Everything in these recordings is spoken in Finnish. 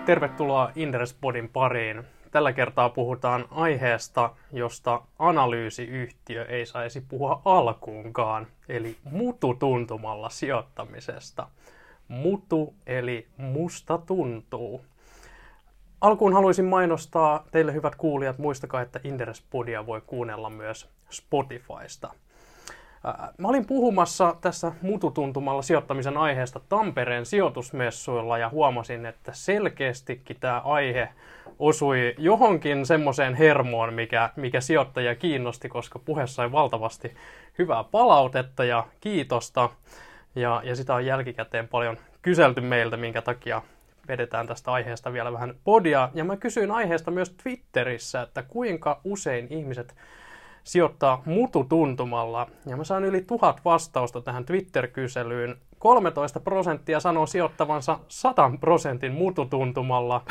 Tervetuloa Inderespodin pariin. Tällä kertaa puhutaan aiheesta, josta analyysiyhtiö ei saisi puhua alkuunkaan, eli mututuntumalla sijoittamisesta. Mutu eli musta tuntuu. Alkuun haluaisin mainostaa teille hyvät kuulijat, muistakaa, että Inderespodia voi kuunnella myös Spotifysta. Mä olin puhumassa tässä mututuntumalla sijoittamisen aiheesta Tampereen sijoitusmessuilla ja huomasin, että selkeästikin tämä aihe osui johonkin semmoiseen hermoon, mikä sijoittajia kiinnosti, koska puhe sai valtavasti hyvää palautetta ja kiitosta. Ja sitä on jälkikäteen paljon kyselty meiltä, minkä takia vedetään tästä aiheesta vielä vähän podia. Ja mä kysyin aiheesta myös Twitterissä, että kuinka usein ihmiset sijoittaa mututuntumalla. Ja mä sain yli 1000 vastausta tähän Twitter-kyselyyn. 13% sanoo sijoittavansa 100% mututuntumalla,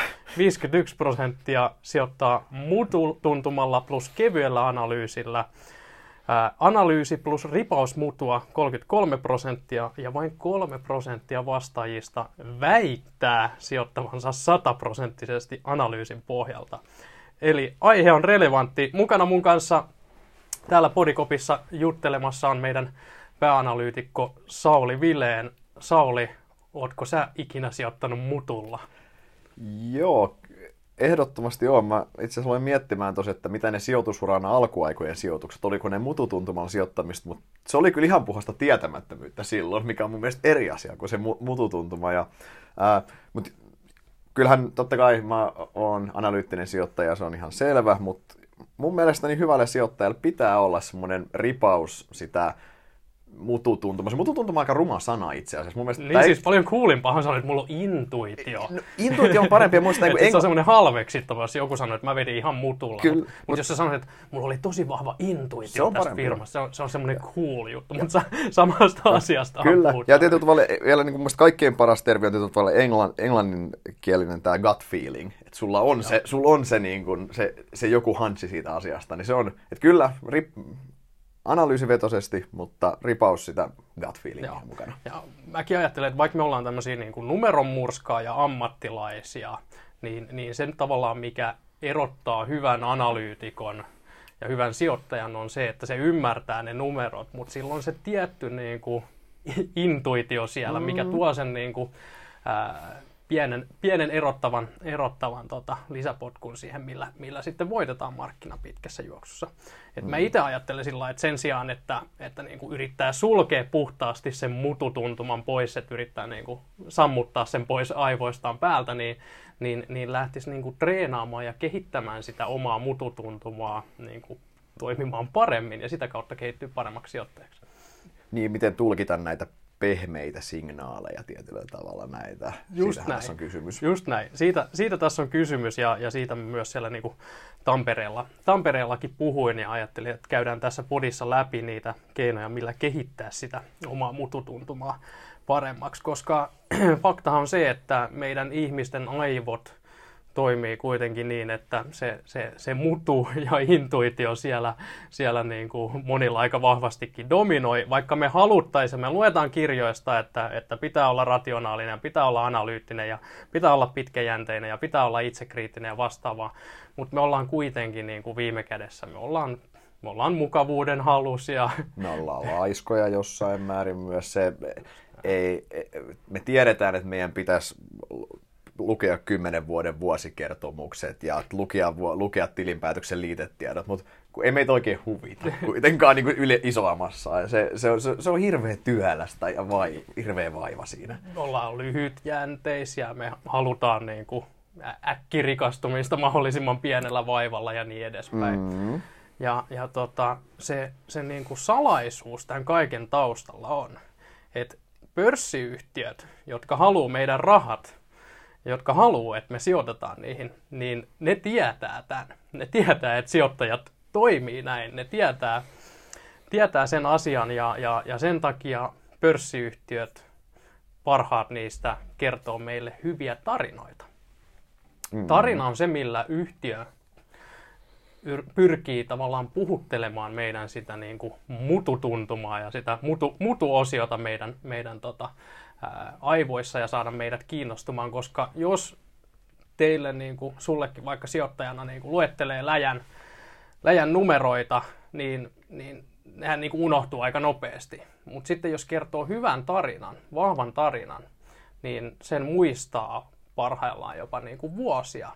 51% sijoittaa mututuntumalla plus kevyellä analyysillä, analyysi plus ripausmutua 33% ja vain 3% vastaajista väittää sijoittavansa 100% analyysin pohjalta. Eli aihe on relevantti. Mukana mun kanssa täällä Podikopissa juttelemassa on meidän pääanalyytikko Sauli Vilén. Sauli, ootko sä ikinä sijoittanut mutulla? Joo, ehdottomasti on. Mä itse asiassa aloin miettimään tosi, että mitä ne sijoitusuran alkuaikojen sijoitukset, oliko ne mututuntumalla sijoittamista, mutta se oli kyllä ihan puhasta tietämättömyyttä silloin, mikä on mun mielestä eri asia kuin se mututuntuma. Mutta kyllähän totta kai mä oon analyyttinen sijoittaja, se on ihan selvä, mutta mun mielestäni hyvälle sijoittajalle pitää olla semmoinen ripaus sitä mututuntuma. Se mututuntuma on aika ruma sana itse asiassa. Mun mielestä niin siis paljon kuulimpaahan sanoa, että mulla on intuitio. No, intuitio on parempi. Se on semmoinen halveksittava, jos joku sanoo, että mä vedin ihan mutulla. Mutta jos sä sanoit, että mulla oli tosi vahva intuitio tässä firmassa, se on semmoinen cool juttu, mutta samasta asiasta kyllä. Puhutaan. Ja tietyllä tavalla vielä niin mun kaikkein paras termi on tietyllä tavalla englanninkielinen tämä gut feeling. Että sulla on se, niin kuin, se joku hansi siitä asiasta. Niin se on, että kyllä analyysivetoisesti, mutta ripaus sitä gut feelingia mukana. Ja mäkin ajattelen, että vaikka me ollaan tämmöisiä niin kuin numeronmurskaa ja ammattilaisia, niin sen tavallaan mikä erottaa hyvän analyytikon ja hyvän sijoittajan on se, että se ymmärtää ne numerot, mutta silloin on se tietty niin kuin intuitio siellä, mikä tuo sen niin kuin, pienen erottavan lisäpotkun siihen, millä sitten voitetaan markkina pitkässä juoksussa. Mä itse ajattelen sillä lailla, että sen sijaan, että niin kuin yrittää sulkea puhtaasti sen mututuntuman pois, että yrittää niin kuin sammuttaa sen pois aivoistaan päältä, niin lähtisi niin kuin treenaamaan ja kehittämään sitä omaa mututuntumaa niin kuin toimimaan paremmin ja sitä kautta kehittyy paremmaksi sijoittajaksi. Niin, miten tulkita näitä pehmeitä signaaleja tietyllä tavalla näitä. Siitähän tässä on kysymys. Just näin. Siitä tässä on kysymys ja siitä myös siellä niin kuin Tampereellakin puhuin ja ajattelin, että käydään tässä podissa läpi niitä keinoja, millä kehittää sitä omaa mututuntumaa paremmaksi, koska faktahan on se, että meidän ihmisten aivot toimii kuitenkin niin, että se mutu ja intuitio siellä niin kuin monilla aika vahvastikin dominoi, vaikka me haluttaisiin, me luetaan kirjoista, että pitää olla rationaalinen, pitää olla analyyttinen ja pitää olla pitkäjänteinen ja pitää olla itsekriittinen ja vastaavaa, mutta me ollaan kuitenkin niin kuin viime kädessä, me ollaan mukavuuden halusia. Me ollaan laiskoja jossain määrin myös me tiedetään, että meidän pitäisi lukea 10 vuoden vuosikertomukset ja lukea tilinpäätöksen liitetiedot, mutta ei meitä oikein huvita kuitenkaan niin isoa massaa. Se on hirveä työlästä ja hirveä vaiva siinä. Me ollaan lyhytjänteisiä, me halutaan niin kuin äkkirikastumista mahdollisimman pienellä vaivalla ja niin edespäin. Mm-hmm. Ja se niin kuin salaisuus tämän kaiken taustalla on, että pörssiyhtiöt, jotka haluaa meidän rahat, jotka haluaa, että me sijoitetaan niihin, niin ne tietää tämän. Ne tietää, että sijoittajat toimii näin. Ne tietää sen asian ja sen takia pörssiyhtiöt, parhaat niistä, kertoo meille hyviä tarinoita. Tarina on se, millä yhtiö pyrkii tavallaan puhuttelemaan meidän sitä niin kuin mututuntumaa ja sitä mutuosiota meidän aivoissa ja saada meidät kiinnostumaan, koska jos teille, niin kuin sullekin vaikka sijoittajana niin kuin luettelee läjän numeroita, niin nehän niin kuin unohtuu aika nopeasti. Mutta sitten jos kertoo hyvän tarinan, vahvan tarinan, niin sen muistaa parhaillaan jopa niin kuin vuosia.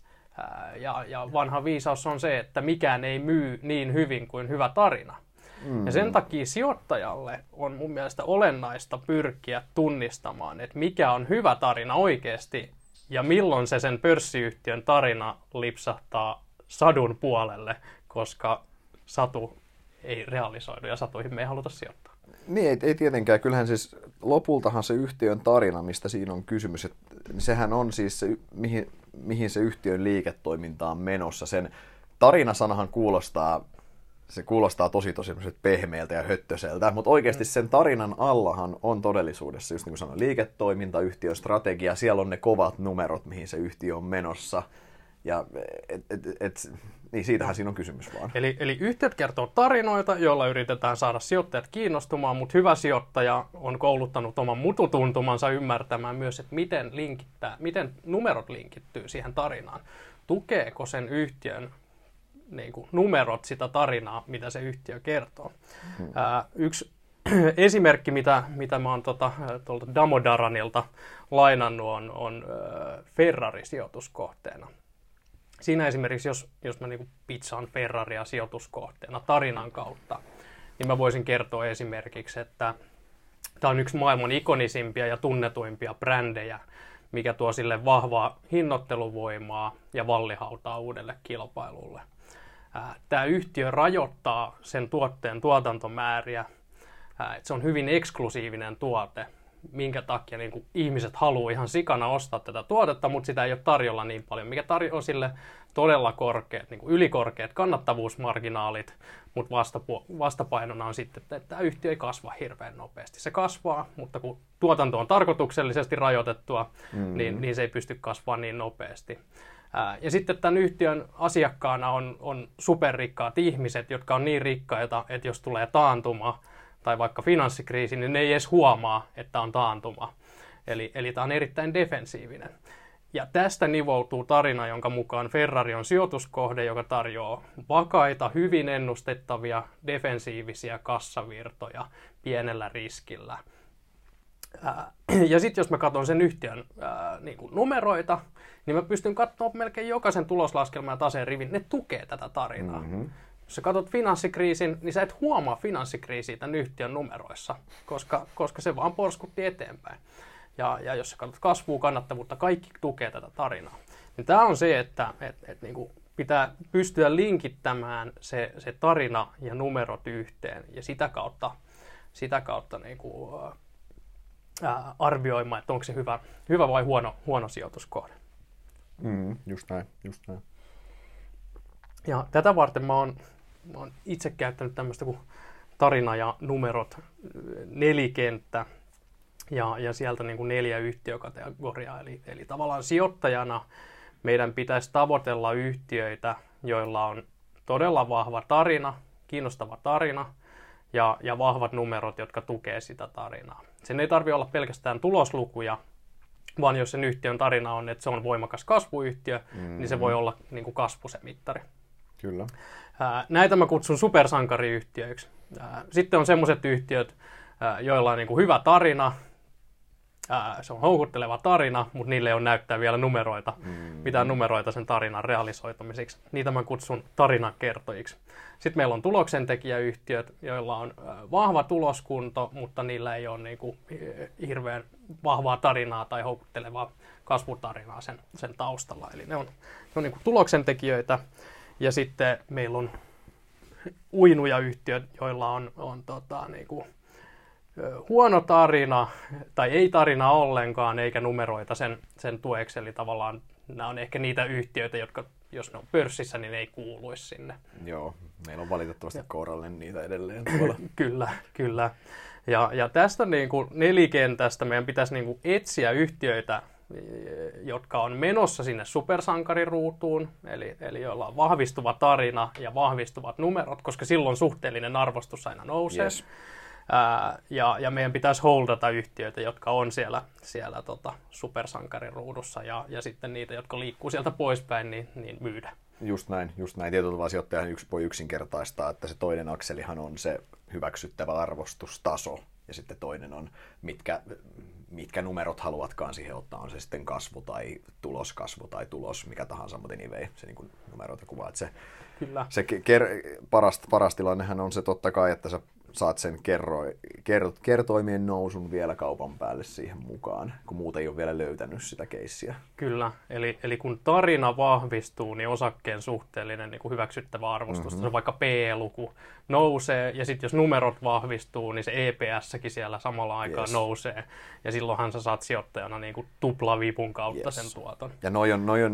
Ja vanha viisaus on se, että mikään ei myy niin hyvin kuin hyvä tarina. Ja sen takia sijoittajalle on mun mielestä olennaista pyrkiä tunnistamaan, että mikä on hyvä tarina oikeasti ja milloin se sen pörssiyhtiön tarina lipsahtaa sadun puolelle, koska satu ei realisoidu ja satuihin me ei haluta sijoittaa. Niin, ei tietenkään. Kyllähän siis lopultahan se yhtiön tarina, mistä siinä on kysymys, että sehän on siis se, mihin se yhtiön liiketoiminta on menossa. Sen tarinasanahan kuulostaa tosi pehmeältä ja höttöseltä, mutta oikeasti sen tarinan allahan on todellisuudessa, just niin kuin sanoin, liiketoiminta, yhtiön strategia, siellä on ne kovat numerot, mihin se yhtiö on menossa. Ja niin siitähän siinä on kysymys vaan. Eli yhtiöt kertoo tarinoita, joilla yritetään saada sijoittajat kiinnostumaan, mutta hyvä sijoittaja on kouluttanut oman mututuntumansa ymmärtämään myös, että miten numerot linkittyy siihen tarinaan. Tukeeko sen yhtiön niin kuin numerot sitä tarinaa, mitä se yhtiö kertoo. Yksi esimerkki, mitä mä oon tuolta Damodaranilta lainannut, on Ferrari-sijoituskohteena. Siinä esimerkiksi, jos mä niin kuin pitsaan Ferraria sijoituskohteena tarinan kautta, niin mä voisin kertoa esimerkiksi, että tämä on yksi maailman ikonisimpia ja tunnetuimpia brändejä, mikä tuo sille vahvaa hinnoitteluvoimaa ja vallihautaa uudelle kilpailulle. Tämä yhtiö rajoittaa sen tuotteen tuotantomääriä, että se on hyvin eksklusiivinen tuote, minkä takia niin kuin ihmiset haluaa ihan sikana ostaa tätä tuotetta, mutta sitä ei ole tarjolla niin paljon, mikä tarjoaa sille todella korkeat, niin kuin ylikorkeat kannattavuusmarginaalit, mutta vastapainona on sitten, että tämä yhtiö ei kasva hirveän nopeasti. Se kasvaa, mutta kun tuotanto on tarkoituksellisesti rajoitettua, niin se ei pysty kasvamaan niin nopeasti. Ja sitten tämän yhtiön asiakkaana on superrikkaat ihmiset, jotka on niin rikkaita, että jos tulee taantuma tai vaikka finanssikriisi, niin ne ei edes huomaa, että on taantuma. Eli tämä on erittäin defensiivinen. Ja tästä nivoutuu tarina, jonka mukaan Ferrari on sijoituskohde, joka tarjoaa vakaita, hyvin ennustettavia, defensiivisiä kassavirtoja pienellä riskillä. Ja sitten jos mä katson sen yhtiön niin kuin numeroita, niin mä pystyn katsomaan melkein jokaisen tuloslaskelman ja taseen rivin, ne tukee tätä tarinaa. Jos sä katsot finanssikriisin, niin sä et huomaa finanssikriisiä tämän yhtiön numeroissa, koska se vaan porskutti eteenpäin. Ja jos sä katsot kasvua, kannattavuutta, kaikki tukee tätä tarinaa. Niin tämä on se, että niin kuin pitää pystyä linkittämään se tarina ja numerot yhteen ja sitä kautta niin kuin, arvioimaan, että onko se hyvä vai huono sijoituskohde. Just näin. Ja tätä varten mä oon itse käyttänyt tämmöistä kuin tarina ja numerot nelikenttä ja sieltä niin kuin 4 yhtiökategoriaa. Eli tavallaan sijoittajana meidän pitäisi tavoitella yhtiöitä, joilla on todella vahva tarina, kiinnostava tarina ja vahvat numerot, jotka tukee sitä tarinaa. Sen ei tarvitse olla pelkästään tuloslukuja, vaan jos sen yhtiön tarina on, että se on voimakas kasvuyhtiö, niin se voi olla niin kuin kasvu se mittari. Kyllä. Näitä mä kutsun supersankariyhtiöiksi. Sitten on sellaiset yhtiöt, joilla on niin kuin hyvä tarina, se on houkutteleva tarina, mutta niille ei ole näyttää vielä numeroita, mitään numeroita sen tarinan realisoitumiseksi. Niitä mä kutsun tarinankertojiksi. Sitten meillä on tuloksentekijäyhtiöt, joilla on vahva tuloskunto, mutta niillä ei ole niin kuin hirveän vahvaa tarinaa tai houkuttelevaa kasvutarinaa sen taustalla. Eli ne on niin kuin tuloksentekijöitä. Ja sitten meillä on uinujayhtiöt, joilla on niin kuin huono tarina tai ei tarina ollenkaan eikä numeroita sen tueksi. Eli tavallaan nämä on ehkä niitä yhtiöitä, jotka jos ne on pörssissä, niin ne ei kuuluisi sinne. Joo, meillä on valitettavasti kourallinen niitä edelleen tuolla. Kyllä. Ja tästä niin kuin nelikentästä meidän pitäisi niin kuin etsiä yhtiöitä, jotka on menossa sinne supersankariruutuun, eli joilla on vahvistuva tarina ja vahvistuvat numerot, koska silloin suhteellinen arvostus aina nousee. Yes. Ja meidän pitäisi holdata yhtiöitä, jotka on siellä supersankarin ruudussa ja sitten niitä, jotka liikkuu sieltä poispäin, niin myydä. Just näin. Tietyllä tavalla sijoittajahan voi yksinkertaistaa, että se toinen akselihan on se hyväksyttävä arvostustaso, ja sitten toinen on, mitkä numerot haluatkaan siihen ottaa, on se sitten kasvu tai tulos, mikä tahansa, mutta anyway, se niin kuin numeroita kuvaa. Että Kyllä. Se paras tilannehan on se totta kai, että sä saat sen kertoimien nousun vielä kaupan päälle siihen mukaan, kun muut ei ole vielä löytänyt sitä keissiä. Kyllä, eli kun tarina vahvistuu, niin osakkeen suhteellinen niin kuin hyväksyttävä arvostus, se vaikka PE-luku nousee, ja sitten jos numerot vahvistuu, niin se EPS-säkin siellä samalla aikaa nousee, ja silloinhan sä saat sijoittajana niin kuin tuplavipun kautta sen tuoton. Ja noi on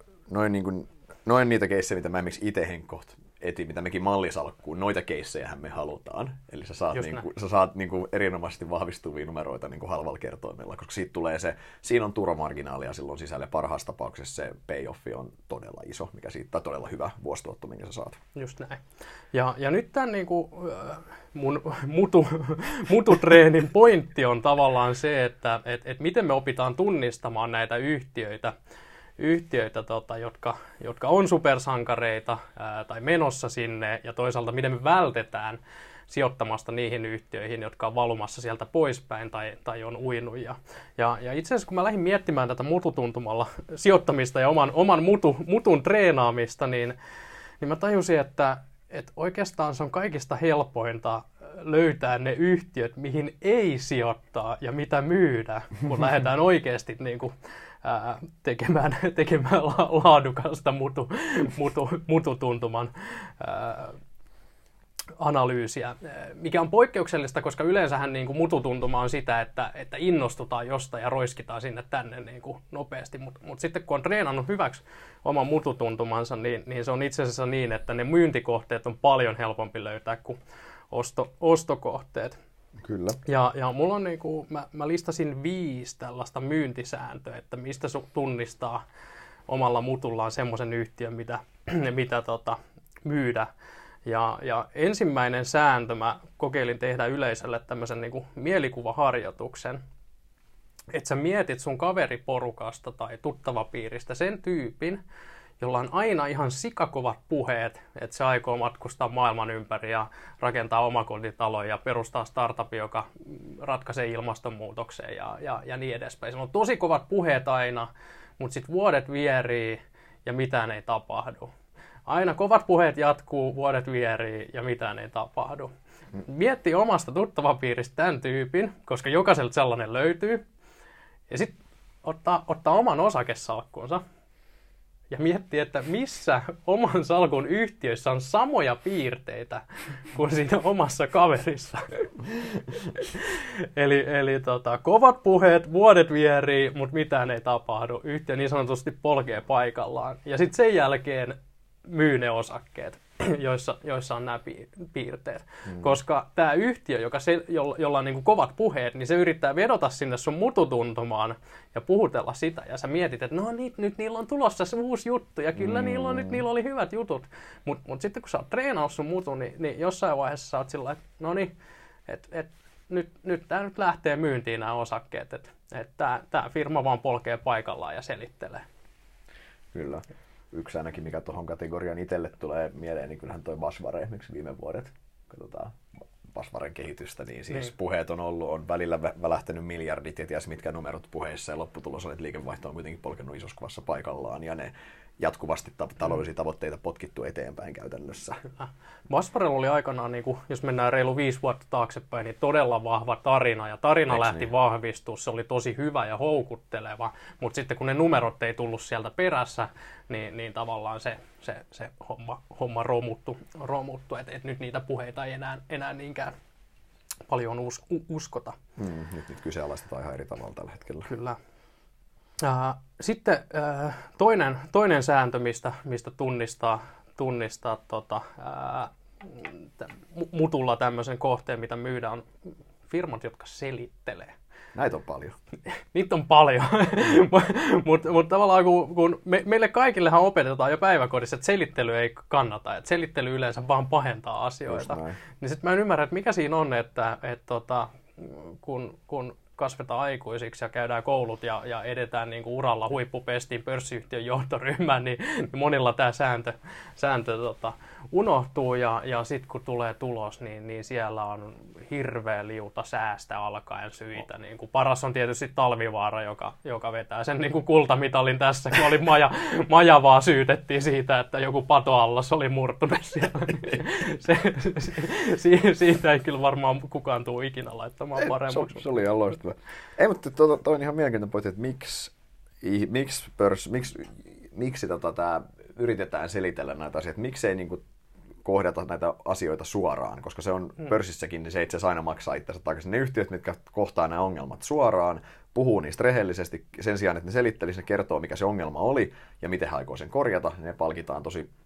niitä keissejä, mitä mä esimerkiksi itse henkkoht etin, mitä mekin mallisalkkuun, noita keissejähän me halutaan. Eli sä saat erinomaisesti vahvistuvia numeroita halvalla kertoimella, koska siitä tulee siinä on turvamarginaalia silloin sisällä. Parhaassa tapauksessa se payoffi on todella iso, mikä siitä on todella hyvä vuosituotto, minkä sä saat. Just näin. Ja nyt tämän mun mututreenin pointti on tavallaan se, että miten me opitaan tunnistamaan näitä yhtiöitä, jotka on supersankareita tai menossa sinne, ja toisaalta miten me vältetään sijoittamasta niihin yhtiöihin, jotka on valumassa sieltä poispäin tai on uinut. Ja itse asiassa kun mä lähdin miettimään tätä mututuntumalla sijoittamista ja oman mutun treenaamista, niin mä tajusin, että oikeastaan se on kaikista helpointa löytää ne yhtiöt, mihin ei sijoittaa ja mitä myydä, kun lähdetään oikeasti tekemään laadukasta mututuntuman analyysiä, mikä on poikkeuksellista, koska yleensähän mututuntuma on sitä, että innostutaan jostain ja roiskitaan sinne tänne nopeasti, mutta sitten kun on treenannut hyväksi oman mututuntumansa, niin se on itse asiassa niin, että ne myyntikohteet on paljon helpompi löytää kuin ostokohteet. Kyllä. Ja mulla on mä listasin 5 tällaista myyntisääntöä, että mistä tunnistaa omalla mutullaan semmoisen yhtiön, mitä myydä. Ja ensimmäinen sääntö, mä kokeilin tehdä yleisölle tämmöisen mielikuvaharjoituksen, että sä mietit sun kaveriporukasta tai tuttavapiiristä sen tyypin, jolla on aina ihan sikakovat puheet, että se aikoo matkustaa maailman ympäri ja rakentaa omakotitaloja ja perustaa startupi, joka ratkaisee ilmastonmuutokseen ja niin edespäin. Se on tosi kovat puheet aina, mutta sitten vuodet vierii ja mitään ei tapahdu. Aina kovat puheet jatkuu, vuodet vierii ja mitään ei tapahdu. Mietti omasta tuttavapiiristä tämän tyypin, koska jokaiselta sellainen löytyy. Ja sitten ottaa oman osakesalkkunsa ja miettii, että missä oman salkun yhtiöissä on samoja piirteitä kuin siinä omassa kaverissa. eli kovat puheet, vuodet vierii, mutta mitään ei tapahdu. Yhtiö niin sanotusti polkee paikallaan. Ja sitten sen jälkeen myy ne osakkeet, joissa on nämä piirteet. Koska tämä yhtiö, jolla on kovat puheet, niin se yrittää vedota sinne sun mututuntumaan ja puhutella sitä. Ja sä mietit, että no nyt niillä on tulossa se uusi juttu ja kyllä niillä oli hyvät jutut. Mut sitten kun sä oot treenannut sun mutun, niin jossain vaiheessa sä oot sillä, että no niin, nyt tää nyt lähtee myyntiin nämä osakkeet. Että tää firma vaan polkee paikallaan ja selittelee. Kyllä. Yksi ainakin, mikä tuohon kategoriaan itselle tulee mieleen, niin kyllähän toi Basware esimerkiksi viime vuodet, katsotaan Baswaren kehitystä, niin siis puheet on välillä välähtänyt miljardit ja ties mitkä numerot puheissa ja lopputulos on, että liikevaihto on kuitenkin polkenut isossa kuvassa paikallaan ja ne jatkuvasti taloudellisia tavoitteita potkittu eteenpäin käytännössä. Baswarella oli aikanaan, jos mennään reilu 5 vuotta taaksepäin, niin todella vahva tarina ja tarina lähti vahvistua. Se oli tosi hyvä ja houkutteleva, mutta sitten kun ne numerot ei tullut sieltä perässä, niin tavallaan se homma romuttui, että nyt niitä puheita ei enää niinkään paljon uskota. Nyt kyseenalaistetaan ihan eri tavalla tällä hetkellä. Kyllä. Sitten toinen sääntö, mistä tunnistaa mutulla tämmöisen kohteen, mitä myydään, on firmat, jotka selittelee. Näitä on paljon. Niitä on paljon, mutta tavallaan kun meille kaikillehan opetetaan jo päiväkodissa, että selittely ei kannata, että selittely yleensä vaan pahentaa asioita. Niin sitten mä en ymmärrä, että mikä siinä on, että kun kasvetaan aikuisiksi ja käydään koulut ja edetään niin kuin uralla huippupestiin pörssiyhtiön johtoryhmään, niin monilla tämä sääntö unohtuu ja sitten kun tulee tulos, niin siellä on hirveä liuta säästä alkaen syitä. Niin kuin paras on tietysti Talvivaara, joka vetää sen niin kuin kultamitalin tässä, kun oli Majavaa syytettiin siitä, että joku patoallas oli murtunut siellä. Siitä ei kyllä varmaan kukaan tule ikinä laittamaan paremmaksi. Se oli ihan loistava. Ei, mutta toi on ihan mielenkiintoinen pointti, että miksi tämä yritetään selitellä näitä asioita, miksei niinku kohdata näitä asioita suoraan, koska se on pörssissäkin, niin se itse asiassa aina maksaa itsensä takaisin. Ne yhtiöt, mitkä kohtaa nämä ongelmat suoraan, puhuu niistä rehellisesti sen sijaan, että ne selittelisi, ne kertoo, mikä se ongelma oli ja miten he aikoo sen korjata, niin ne palkitaan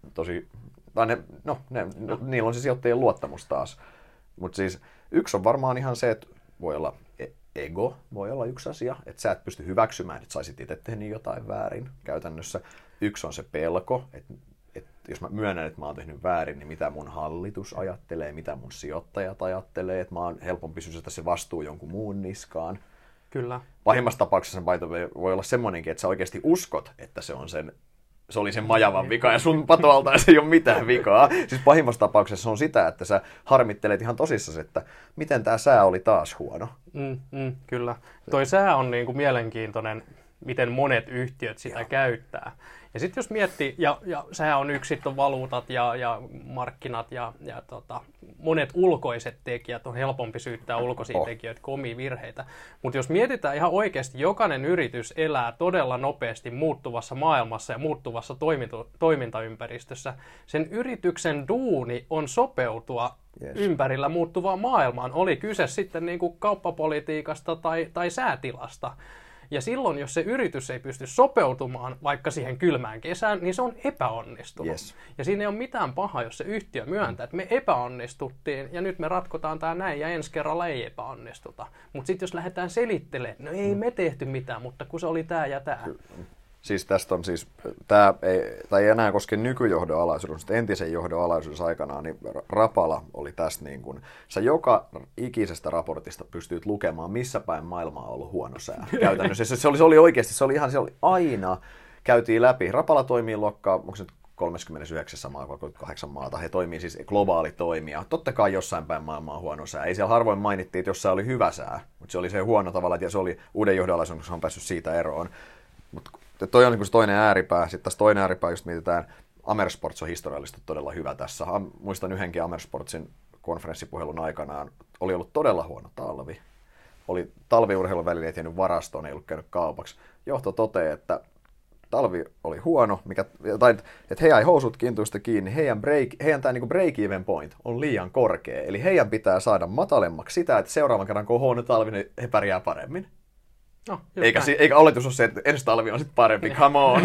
niillä on se sijoittajien luottamus taas. Mutta siis yksi on varmaan ihan se, että voi olla ego, voi olla yksi asia, että sä et pysty hyväksymään, että saisit itse tehnyt jotain väärin käytännössä. Yksi on se pelko, että jos mä myönnän, että mä oon tehnyt väärin, niin mitä mun hallitus ajattelee, mitä mun sijoittajat ajattelee, että mä oon helpompi sysätä se vastuu jonkun muun niskaan. Kyllä. Pahimmassa tapauksessa voi olla semmoinenkin, että sä oikeasti uskot, että se oli sen Majavan vika ja sun patoalta ei ole mitään vikaa. Siis pahimmassa tapauksessa on sitä, että sä harmittelet ihan tosissasi, että miten tää sää oli taas huono. Kyllä. Toi sää on niinku mielenkiintoinen, miten monet yhtiöt sitä käyttää. Ja sitten jos miettii, ja sehän on yksi, sitten on valuutat ja markkinat ja monet ulkoiset tekijät, on helpompi syyttää ulkoisia tekijöitä kuin omia virheitä. Mutta jos mietitään ihan oikeasti, jokainen yritys elää todella nopeasti muuttuvassa maailmassa ja muuttuvassa toimintaympäristössä. Sen yrityksen duuni on sopeutua ympärillä muuttuvaan maailmaan. Oli kyse sitten niin kuin kauppapolitiikasta tai säätilasta. Ja silloin, jos se yritys ei pysty sopeutumaan vaikka siihen kylmään kesään, niin se on epäonnistunut. Yes. Ja siinä ei ole mitään pahaa, jos se yhtiö myöntää, että me epäonnistuttiin ja nyt me ratkotaan tämä näin ja ensi kerralla ei epäonnistuta. Mutta sitten jos lähdetään selittelemään, no ei me tehty mitään, mutta kun se oli tämä ja tämä. Siis tästä on tämä ei enää koske nykyjohdon alaisuudessa, mutta entisen johdon alaisuudessa aikanaan, niin Rapala oli tässä niin kuin, sä joka ikisestä raportista pystyt lukemaan, missä päin maailmaa on ollut huono sää. Käytännössä se oli oikeasti, se oli aina, käytiin läpi. Rapala toimii onko se nyt 39 maa, 38 maata, he toimii siis globaali toimija. Totta kai jossain päin maailmaa on huono sää. Ei siellä harvoin mainittiin, että jossain oli hyvä sää, mutta se oli se huono tavalla, ja se oli uuden johdon alaisuudessa, on päässyt siitä eroon. Mut toi on niin se toinen ääripää. Sitten taas toinen ääripää, just mietitään, Amersports on historiallisesti todella hyvä tässä. Muistan yhdenkin Amersportsin konferenssipuhelun aikanaan, oli ollut todella huono talvi. Oli talviurheilun välineet jäänyt varastoon, ei ollut käynyt kaupaksi. Johto toteaa, että talvi oli huono, että he jäi housut kintuista kiinni, heidän tämä niin break-even point on liian korkea. Eli heidän pitää saada matalemmaksi sitä, että seuraavan kerran kun on huono talvi, niin he pärjää paremmin. No, eikä oletus ole se, että ensi talvi on sitten parempi, come on.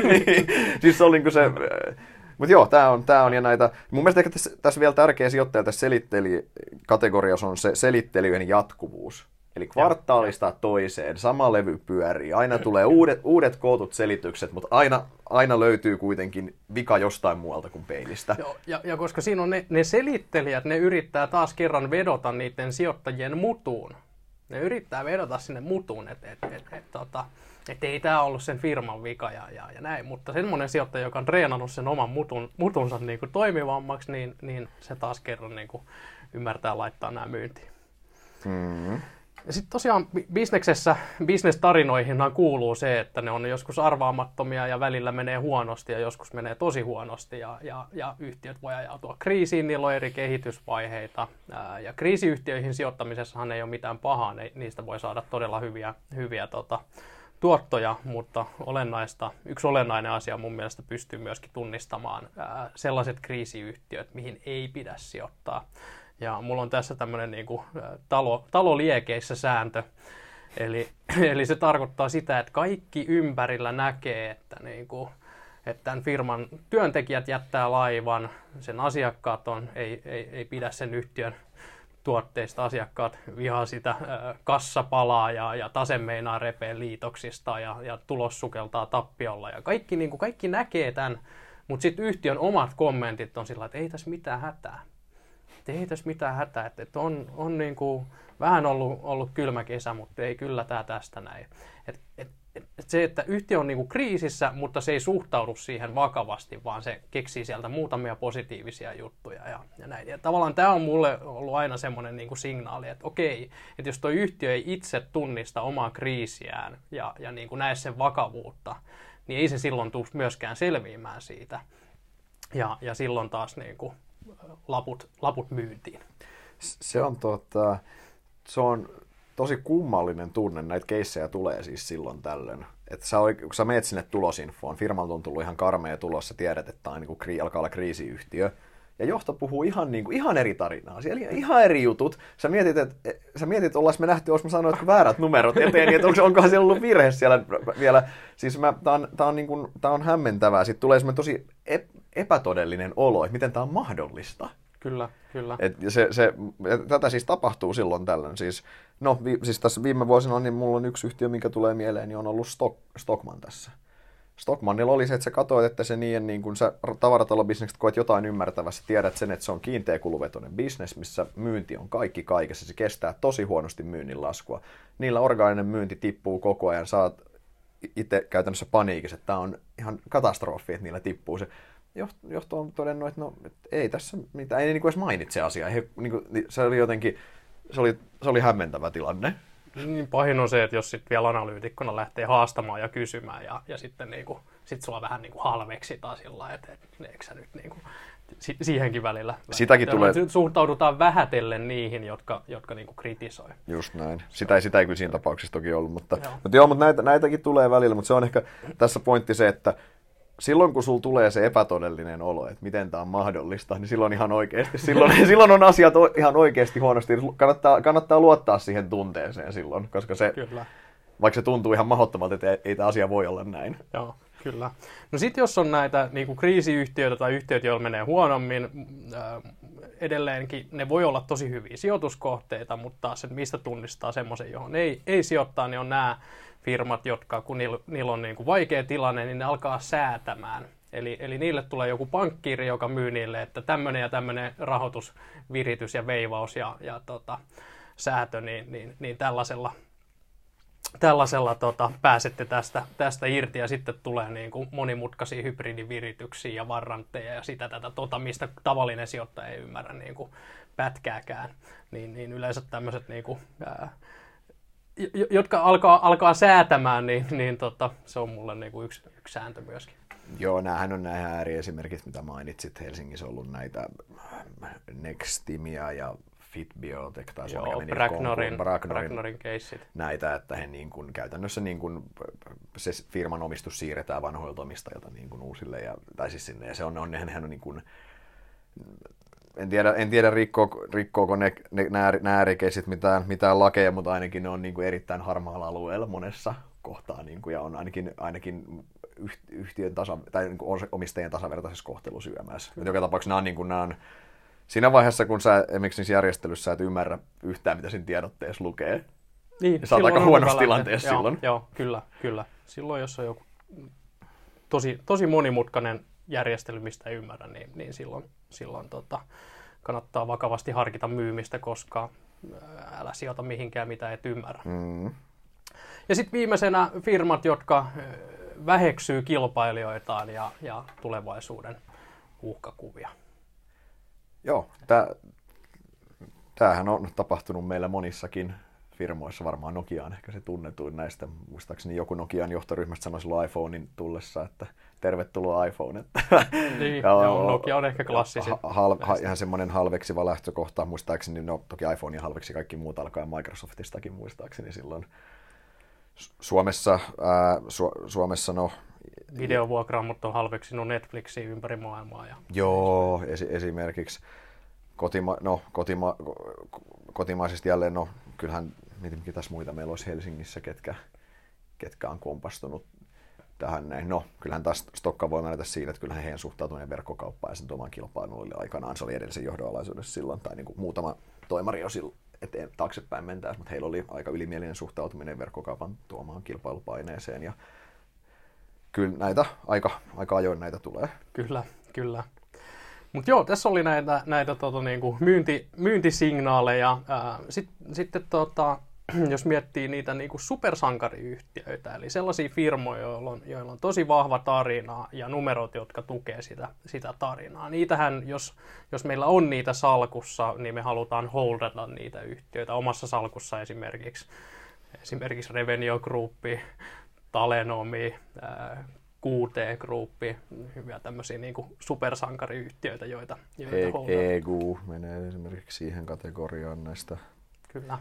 Siis se oli niin kuin se. Mutta joo, tää on ja näitä. Mun mielestä ehkä tässä vielä tärkeä sijoittaja tässä kategoriassa on se selittelyjen jatkuvuus. Eli kvartaalista toiseen, sama levy pyörii, aina tulee uudet kootut selitykset, mutta aina löytyy kuitenkin vika jostain muualta kuin peilistä. Joo, ja koska siinä on ne selittelijät, ne yrittää taas kerran vedota niiden sijoittajien mutuun. Ne yrittää vedota sinne mutuun, että ei tämä ollut sen firman vika ja näin, mutta semmoinen sijoittaja, joka on treenannut sen oman mutunsa niin kuin toimivammaksi, niin se taas kerran niin kuin ymmärtää laittaa nämä myyntiin. Mm-hmm. Ja sitten tosiaan bisnestarinoihinhan kuuluu se, että ne on joskus arvaamattomia ja välillä menee huonosti ja joskus menee tosi huonosti ja yhtiöt voi ajautua kriisiin, niillä on eri kehitysvaiheita ja kriisiyhtiöihin sijoittamisessahan ei ole mitään pahaa, niistä voi saada todella hyviä tuottoja, mutta yksi olennainen asia mun mielestä pystyy myöskin tunnistamaan sellaiset kriisiyhtiöt, mihin ei pidä sijoittaa. Ja mulla on tässä tämmöinen niin kuin taloliekeissä sääntö. Eli se tarkoittaa sitä, että kaikki ympärillä näkee, että tämän firman työntekijät jättää laivan, sen asiakkaat ei pidä sen yhtiön tuotteista, asiakkaat vihaa sitä, kassa palaa ja tase meinaa repeä liitoksista ja tulos sukeltaa tappiolla ja kaikki näkee tämän, mutta sitten yhtiön omat kommentit on sillä, että ei tässä mitään hätää. Ei tässä mitään hätää, että on niin kuin vähän ollut kylmä kesä, mutta ei kyllä tämä tästä näin. Se, että yhtiö on niin kuin kriisissä, mutta se ei suhtaudu siihen vakavasti, vaan se keksii sieltä muutamia positiivisia juttuja ja näin. Ja tavallaan tämä on mulle ollut aina semmoinen niin kuin signaali, että okei, että jos tuo yhtiö ei itse tunnista omaa kriisiään ja niin kuin näe sen vakavuutta, niin ei se silloin tule myöskään selviämään siitä. Ja silloin taas niin kuin laput myyntiin. Se on tosi kummallinen tunne, näitä keissejä tulee siis silloin tällöin. Että kun sä meet sinne tulosinfoon, firmalta on tullut ihan karmea tulos, sä tiedät, että tämä alkaa olla kriisiyhtiö. Ja johto puhuu ihan eri tarinaa, siellä ihan eri jutut. Sä mietit, että ollaan me nähty, olisi mä sanonut väärät numerot eteen, niin että onkohan siellä ollut virhe siellä vielä. Siis tää on hämmentävää. Sitten tulee semmoinen tosi epätodellinen olo, että miten tämä on mahdollista. Kyllä. Tätä siis tapahtuu silloin tällöin. Siis tässä viime vuosina niin mulla on yksi yhtiö, mikä tulee mieleen, niin on ollut Stockmann tässä. Stockmannilla oli se, että sä katsoit, että se niin kun sä tavaratalobisnekset koet jotain ymmärtävässä, tiedät sen, että se on kiinteä kuluvetoinen bisnes, missä myynti on kaikki kaikessa, se kestää tosi huonosti myynnin laskua. Niillä orgaaninen myynti tippuu koko ajan, saat itse käytännössä paniikissa, että tämä on ihan katastrofi, että niillä tippuu se. Johto on todennut, että ei tässä mitään, ei niin kuin edes mainitse asiaa. Se oli jotenkin, se oli hämmentävä tilanne. Niin pahin on se, että jos sitten vielä analyytikkona lähtee haastamaan ja kysymään ja sitten sit sulla vähän niin kuin halveksitaan sillä lailla, että eikö sä nyt niin kuin, siihenkin välillä. Sitäkin tulee. Suhtaudutaan vähätellen niihin, jotka niin kuin kritisoi. Just näin. Sitä ei kyllä siinä tapauksessa toki ollut, mutta näitäkin tulee välillä, mutta se on ehkä tässä pointti se, että silloin kun sulla tulee se epätodellinen olo, että miten tämä on mahdollista, niin silloin ihan oikeasti, silloin on asiat ihan oikeasti huonosti. Kannattaa luottaa siihen tunteeseen silloin, koska se, kyllä. Vaikka se tuntuu ihan mahdottomalta, että ei tämä asia voi olla näin. Joo, kyllä. No sitten jos on näitä niin kuin kriisiyhtiöitä tai yhtiöitä, joilla menee huonommin, edelleenkin ne voi olla tosi hyviä sijoituskohteita, mutta se, mistä tunnistaa semmoisen, johon ei sijoittaa, niin on nämä firmat, jotka kun niillä on niin kuin vaikea tilanne, niin ne alkaa säätämään. Eli niille tulee joku pankkiiri, joka myy niille, että tämmöinen ja tämmöinen rahoitusviritys ja veivaus ja säätö, niin tällaisella pääsette tästä irti ja sitten tulee niin kuin monimutkaisia hybridivirityksiä ja varrantteja ja sitä mistä tavallinen sijoittaja ei ymmärrä niin kuin pätkääkään. Niin yleensä tämmöiset niin kuin, jotka alkaa säätämään, niin se on mulle niin kuin yksi sääntö myöskin. Joo, näähän on nämä ääriesimerkit, mitä mainitsit. Helsingissä on ollut näitä Nextimia ja Fitbiotech tai Bragnorin keissit. Näitä, että he niin kuin, käytännössä niin kuin, se firman omistus siirretään vanhoilta omistajilta niin kuin uusille. Tai siis sinne, ja se on niin kuin, en tiedä rikkooko nämä äärikeissit mitään lakeja, mutta ainakin ne on niin kuin erittäin harmaalla alueella monessa kohtaa. Niin kuin, ja on ainakin yhtiön tai niin kuin omistajien tasavertaisessa kohtelussa YMS. Joka tapauksessa nämä on siinä vaiheessa, kun sä esimerkiksi niissä järjestelyissä et ymmärrä yhtään, mitä siinä tiedotteessa lukee. Niin, sä oot aika huonossa tilanteessa silloin. Joo, kyllä. Silloin, jos on joku tosi monimutkainen järjestely, mistä ei ymmärrä, niin silloin kannattaa vakavasti harkita myymistä, koska älä sijoita mihinkään, mitä et ymmärrä. Mm. Ja sitten viimeisenä firmat, jotka väheksyy kilpailijoitaan ja tulevaisuuden uhkakuvia. Joo, tämähän on tapahtunut meillä monissakin firmoissa. Varmaan Nokia on ehkä se tunnetuin näistä. Muistaakseni joku Nokian johtoryhmästä sanoi silloin iPhonein tullessa, että tervetuloa iPhone. Niin, joo, Nokia on ehkä klassisin. Ihan semmoinen halveksiva lähtökohta. Muistaakseni, toki iPhone ja halveksi kaikki muut alkaa Microsoftistakin muistaakseni silloin. Suomessa videovuokraamot on halveksinut Netflixiä ympäri maailmaa. Joo, esimerkiksi kotimaisesti jälleen, kyllähän, mitäs muita meillä olisi Helsingissä, ketkä on kompastunut tähän näin. Kyllähän taas Stokka voi määrätä siinä, että kyllähän heidän suhtautuminen verkkokauppaan ja sen oman kilpailuun oli aikanaan, se oli edellisen johdonalaisuudessa silloin, tai niin kuin muutama toimari jo taaksepäin mentäisiin, mutta heillä oli aika ylimielinen suhtautuminen verkkokaupan tuomaan kilpailupaineeseen. Ja kyllä näitä aika ajoin näitä tulee. Kyllä. Mutta joo, tässä oli näitä niinku myyntisignaaleja. Sitten jos miettii niitä niinku supersankariyhtiöitä, eli sellaisia firmoja, joilla on tosi vahva tarina ja numerot, jotka tukee sitä tarinaa. Niitähän, jos meillä on niitä salkussa, niin me halutaan holdata niitä yhtiöitä omassa salkussa esimerkiksi Revenio Group, Talenomi, QT Group, hyviä tämmöisiä niinku supersankariyhtiöitä, joita holdataan. EGU menee esimerkiksi siihen kategoriaan näistä. Kyllä.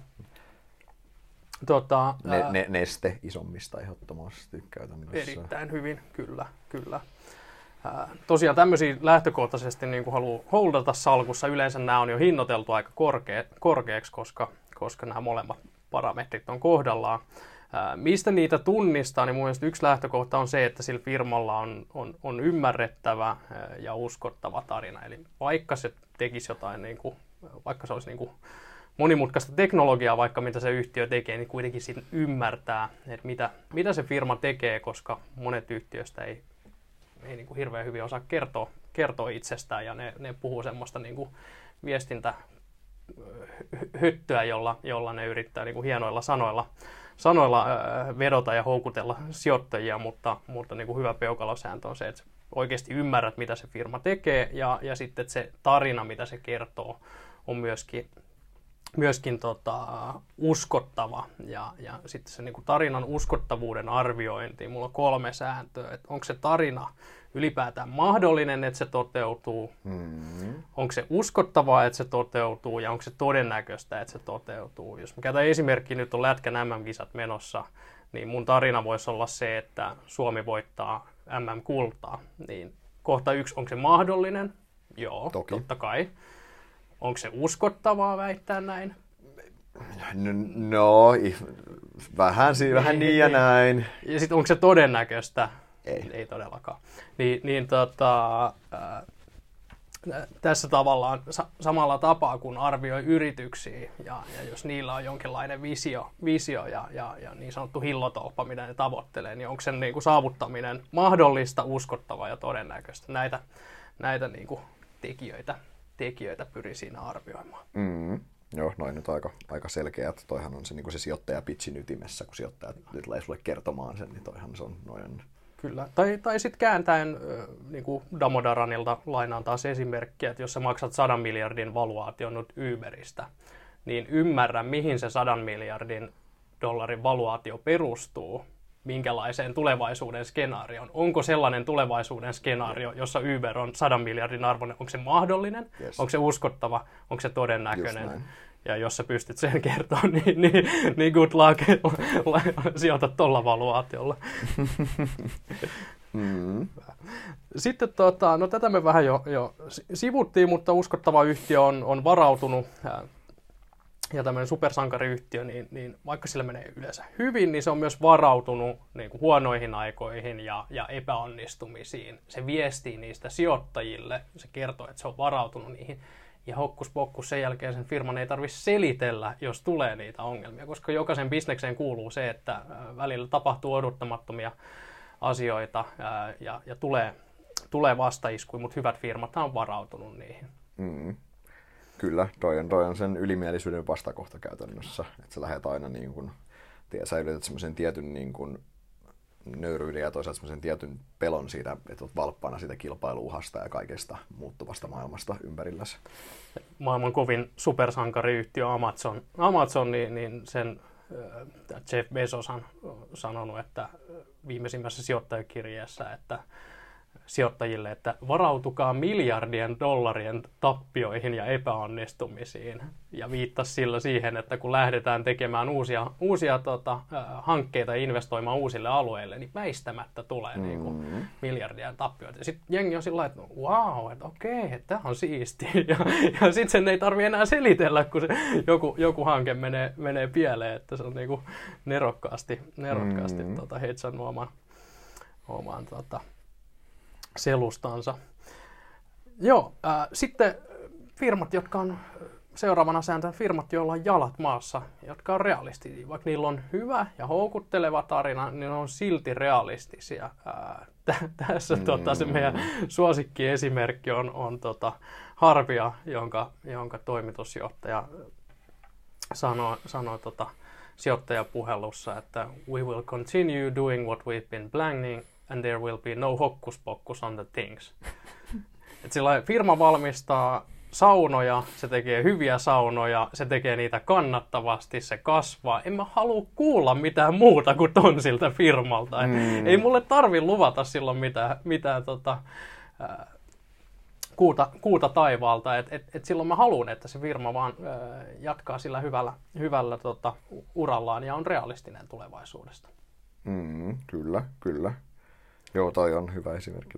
Neste isommista ehdottomasti käytännössä. Erittäin hyvin, kyllä. Tosiaan tämmöisiä lähtökohtaisesti niin kuin haluaa holdata salkussa. Yleensä nämä on jo hinnoiteltu aika korkeaksi, koska nämä molemmat parametrit on kohdallaan. Mistä niitä tunnistaa, niin mun mielestä yksi lähtökohta on se, että sillä firmalla on ymmärrettävä ja uskottava tarina. Eli vaikka se tekisi jotain, vaikka se olisi monimutkaista teknologiaa, vaikka mitä se yhtiö tekee, niin kuitenkin siinä ymmärtää, että mitä se firma tekee, koska monet yhtiöistä ei hirveän hyvin osaa kertoa itsestään, ja ne puhuu semmoista viestintähöttöä, jolla ne yrittää hienoilla sanoilla vedota ja houkutella sijoittajia, mutta hyvä peukalosääntö on se, että oikeasti ymmärrät, mitä se firma tekee, ja sitten että se tarina, mitä se kertoo, on myöskin uskottava, ja sitten se tarinan uskottavuuden arviointi. Mulla on 3 sääntöä, että onko se tarina ylipäätään mahdollinen, että se toteutuu, onko se uskottavaa, että se toteutuu, ja onko se todennäköistä, että se toteutuu. Jos mä käytän esimerkkiä, nyt on Lätkän MM-kisat menossa, niin mun tarina voisi olla se, että Suomi voittaa MM-kultaa. Niin kohta 1, onko se mahdollinen? Joo, toki. Totta kai. Onko se uskottavaa väittää näin? No, vähän niin ja näin. Ja sitten onko se todennäköistä? Ei todellakaan. Tässä tavallaan samalla tapaa, kun arvioi yrityksiä, ja jos niillä on jonkinlainen visio ja niin sanottu hillotolppa, mitä ne tavoittelee, niin onko sen saavuttaminen mahdollista, uskottavaa ja todennäköistä? Näitä tekijöitä pyri siinä arvioimaan. Joo, noin nyt aika selkeät. Toihan on se sijoittajapitchin ytimessä, kun sijoittajat nyt tulee sulle kertomaan sen, niin toihan se on noin. Kyllä. Tai sitten kääntäen Damodaranilta lainaan taas esimerkkiä, että jos sä maksat 100 miljardin valuaation nyt Uberistä, niin ymmärrä, mihin se 100 miljardin dollarin valuaatio perustuu, minkälaiseen tulevaisuuden skenaarioon. Onko sellainen tulevaisuuden skenaario, jossa Uber on 100 miljardin arvoinen, onko se mahdollinen, Yes. Onko se uskottava, onko se todennäköinen? Ja jos sä pystyt sen kertoa, niin good luck, sijoita tuolla valuaatiolla. Sitten no tätä me vähän jo sivuttiin, mutta uskottava yhtiö on varautunut, ja tämmöinen supersankariyhtiö, niin vaikka sillä menee yleensä hyvin, niin se on myös varautunut huonoihin aikoihin ja epäonnistumisiin. Se viestii niistä sijoittajille, se kertoo, että se on varautunut niihin. Ja hokkus pokkus, sen jälkeen sen firman ei tarvitse selitellä, jos tulee niitä ongelmia, koska jokaisen bisnekseen kuuluu se, että välillä tapahtuu odottamattomia asioita ja tulee vastaiskuja, mutta hyvät firmat on varautunut niihin. Kyllä, toi on sen ylimielisyyden vastakohta käytännössä, että sä lähdet aina sä yrität semmoisen tietyn nöyryyden ja toisaalta semmoisen tietyn pelon siitä, että olet valppana siitä kilpailuuhasta ja kaikesta muuttuvasta maailmasta ympärilläsi. Maailman kovin supersankariyhtiö Amazon niin sen Jeff Bezos on sanonut, että viimeisimmässä sijoittajakirjeessä, että sijoittajille, että varautukaa miljardien dollarien tappioihin ja epäonnistumisiin. Ja viittasi sillä siihen, että kun lähdetään tekemään uusia hankkeita ja investoimaan uusille alueille, niin väistämättä tulee miljardien tappioita. Ja sitten jengi on sillä lailla, että wow, että okei, tämä on siistiä. Ja sitten sen ei tarvitse enää selitellä, kun se joku hanke menee pieleen, että se on nerokkaasti heitsannut oman selustansa. Joo, sitten firmat, jotka on seuraavana sääntö firmat, joilla on jalat maassa, jotka on realistisia. Vaikka niillä on hyvä ja houkutteleva tarina, niin ne on silti realistisia. Tässä se meidän suosikkiesimerkki on Harvia, jonka toimitusjohtaja sanoi sijoittajapuhelussa, että we will continue doing what we've been planning and there will be no hocus pocus on the things. Et sillä firma valmistaa saunoja, se tekee hyviä saunoja, se tekee niitä kannattavasti, se kasvaa. En mä halua kuulla mitään muuta kuin ton siltä firmalta. Ei mulle tarvi luvata silloin mitään kuuta taivaalta. Et silloin mä haluan, että se firma vaan jatkaa sillä hyvällä urallaan ja on realistinen tulevaisuudesta. Kyllä. Joo, toi on hyvä esimerkki.